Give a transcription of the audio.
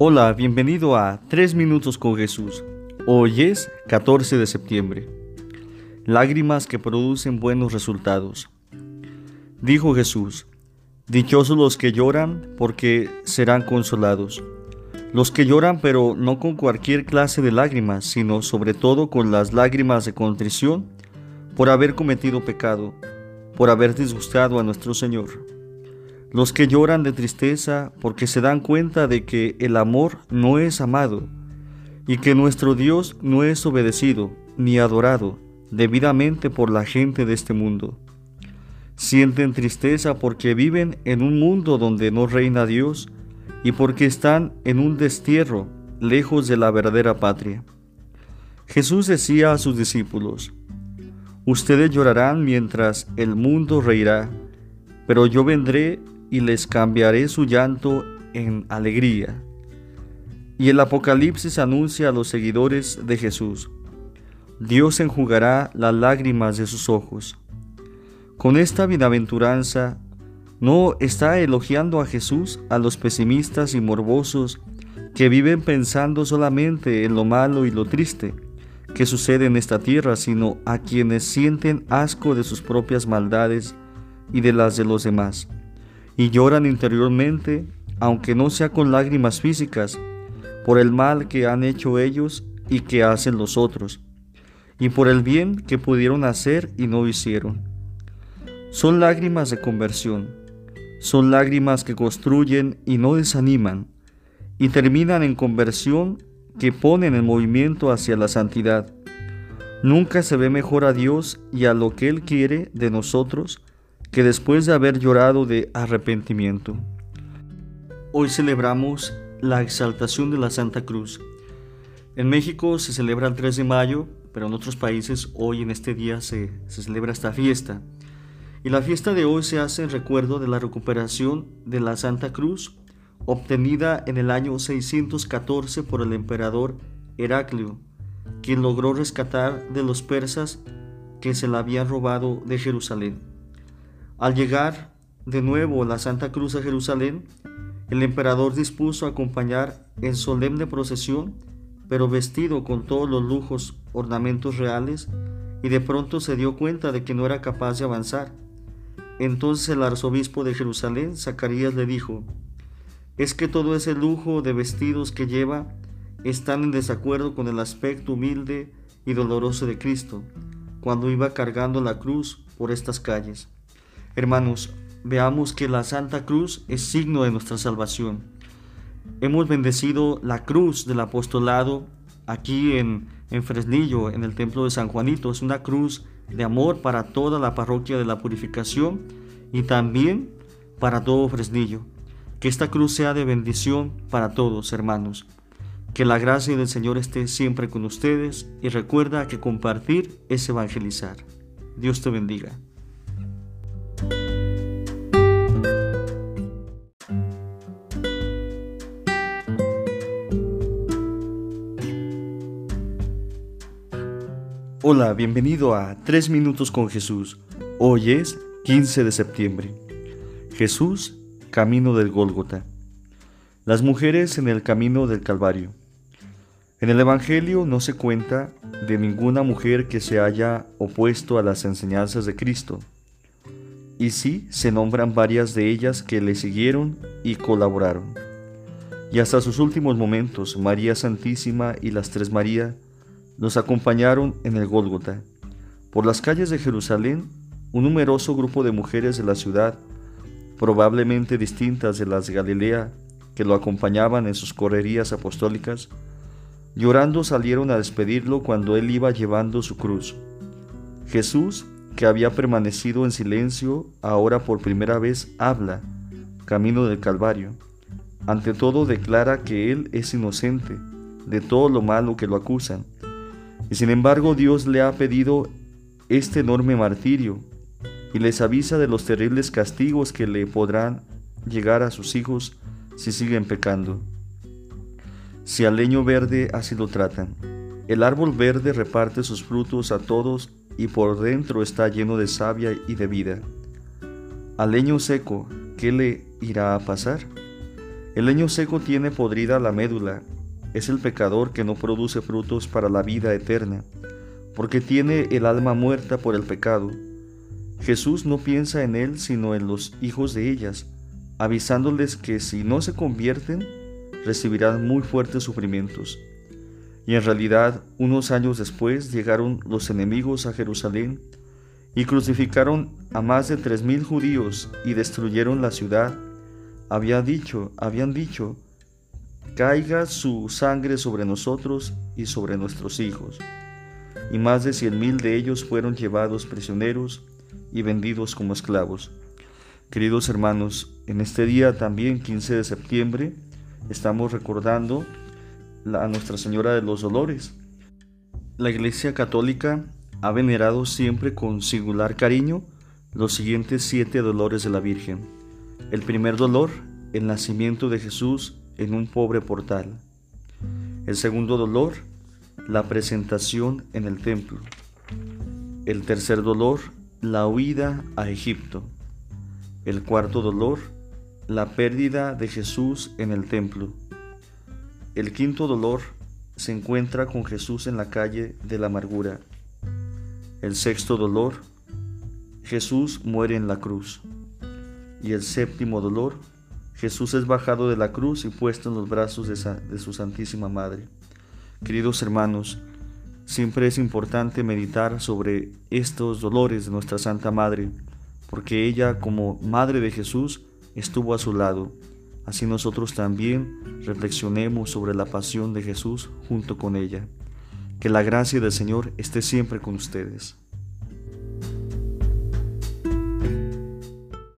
Hola, bienvenido a 3 minutos con Jesús. Hoy es 14 de septiembre. Lágrimas que producen buenos resultados. Dijo Jesús: dichosos los que lloran, porque serán consolados. Los que lloran, pero no con cualquier clase de lágrimas, sino sobre todo con las lágrimas de contrición por haber cometido pecado, por haber disgustado a nuestro Señor. Los que lloran de tristeza porque se dan cuenta de que el amor no es amado y que nuestro Dios no es obedecido ni adorado debidamente por la gente de este mundo. Sienten tristeza porque viven en un mundo donde no reina Dios y porque están en un destierro lejos de la verdadera patria. Jesús decía a sus discípulos: ustedes llorarán mientras el mundo reirá, pero yo vendré y les cambiaré su llanto en alegría. Y el Apocalipsis anuncia a los seguidores de Jesús: Dios enjugará las lágrimas de sus ojos. Con esta bienaventuranza no está elogiando a Jesús a los pesimistas y morbosos que viven pensando solamente en lo malo y lo triste que sucede en esta tierra, sino a quienes sienten asco de sus propias maldades y de las de los demás, y lloran interiormente, aunque no sea con lágrimas físicas, por el mal que han hecho ellos y que hacen los otros, y por el bien que pudieron hacer y no hicieron. Son lágrimas de conversión, son lágrimas que construyen y no desaniman, y terminan en conversión que ponen en movimiento hacia la santidad. Nunca se ve mejor a Dios y a lo que Él quiere de nosotros que después de haber llorado de arrepentimiento. Hoy celebramos la exaltación de la Santa Cruz. En México se celebra el 3 de mayo, pero en otros países hoy en este día se celebra esta fiesta. Y la fiesta de hoy se hace en recuerdo de la recuperación de la Santa Cruz, obtenida en el año 614 por el emperador Heraclio, quien logró rescatar de los persas que se la habían robado de Jerusalén. Al llegar de nuevo la Santa Cruz a Jerusalén, el emperador dispuso acompañar en solemne procesión, pero vestido con todos los lujos, ornamentos reales, y de pronto se dio cuenta de que no era capaz de avanzar. Entonces el arzobispo de Jerusalén, Zacarías, le dijo: es que todo ese lujo de vestidos que lleva están en desacuerdo con el aspecto humilde y doloroso de Cristo, cuando iba cargando la cruz por estas calles. Hermanos, veamos que la Santa Cruz es signo de nuestra salvación. Hemos bendecido la cruz del apostolado aquí en Fresnillo, en el templo de San Juanito. Es una cruz de amor para toda la parroquia de la Purificación y también para todo Fresnillo. Que esta cruz sea de bendición para todos, hermanos. Que la gracia del Señor esté siempre con ustedes y recuerda que compartir es evangelizar. Dios te bendiga. Hola, bienvenido a 3 minutos con Jesús. Hoy es 15 de septiembre. Jesús, camino del Gólgota. Las mujeres en el camino del Calvario. En el Evangelio no se cuenta de ninguna mujer que se haya opuesto a las enseñanzas de Cristo, y sí se nombran varias de ellas que le siguieron y colaboraron. Y hasta sus últimos momentos, María Santísima y las Tres María los acompañaron en el Gólgota. Por las calles de Jerusalén, un numeroso grupo de mujeres de la ciudad, probablemente distintas de las de Galilea, que lo acompañaban en sus correrías apostólicas, llorando salieron a despedirlo cuando él iba llevando su cruz. Jesús, que había permanecido en silencio, ahora por primera vez habla, camino del Calvario. Ante todo declara que él es inocente de todo lo malo que lo acusan, y sin embargo Dios le ha pedido este enorme martirio y les avisa de los terribles castigos que le podrán llegar a sus hijos si siguen pecando. Si al leño verde así lo tratan, el árbol verde reparte sus frutos a todos y por dentro está lleno de savia y de vida. Al leño seco, ¿qué le irá a pasar? El leño seco tiene podrida la médula. Es el pecador que no produce frutos para la vida eterna, porque tiene el alma muerta por el pecado. Jesús no piensa en él sino en los hijos de ellas, avisándoles que si no se convierten, recibirán muy fuertes sufrimientos. Y en realidad, unos años después llegaron los enemigos a Jerusalén y crucificaron a más de 3,000 judíos y destruyeron la ciudad. Habían dicho, caiga su sangre sobre nosotros y sobre nuestros hijos. Y más de 100,000 de ellos fueron llevados prisioneros y vendidos como esclavos. Queridos hermanos, en este día también, 15 de septiembre, estamos recordando a Nuestra Señora de los Dolores. La Iglesia Católica ha venerado siempre con singular cariño los siguientes 7 dolores de la Virgen. El primer dolor, el nacimiento de Jesús en un pobre portal. El segundo dolor, la presentación en el templo. El tercer dolor, la huida a Egipto. El cuarto dolor, la pérdida de Jesús en el templo. El quinto dolor, se encuentra con Jesús en la calle de la amargura. El sexto dolor, Jesús muere en la cruz. Y el séptimo dolor, Jesús es bajado de la cruz y puesto en los brazos de su Santísima Madre. Queridos hermanos, siempre es importante meditar sobre estos dolores de nuestra Santa Madre, porque ella, como Madre de Jesús, estuvo a su lado. Así nosotros también reflexionemos sobre la pasión de Jesús junto con ella. Que la gracia del Señor esté siempre con ustedes.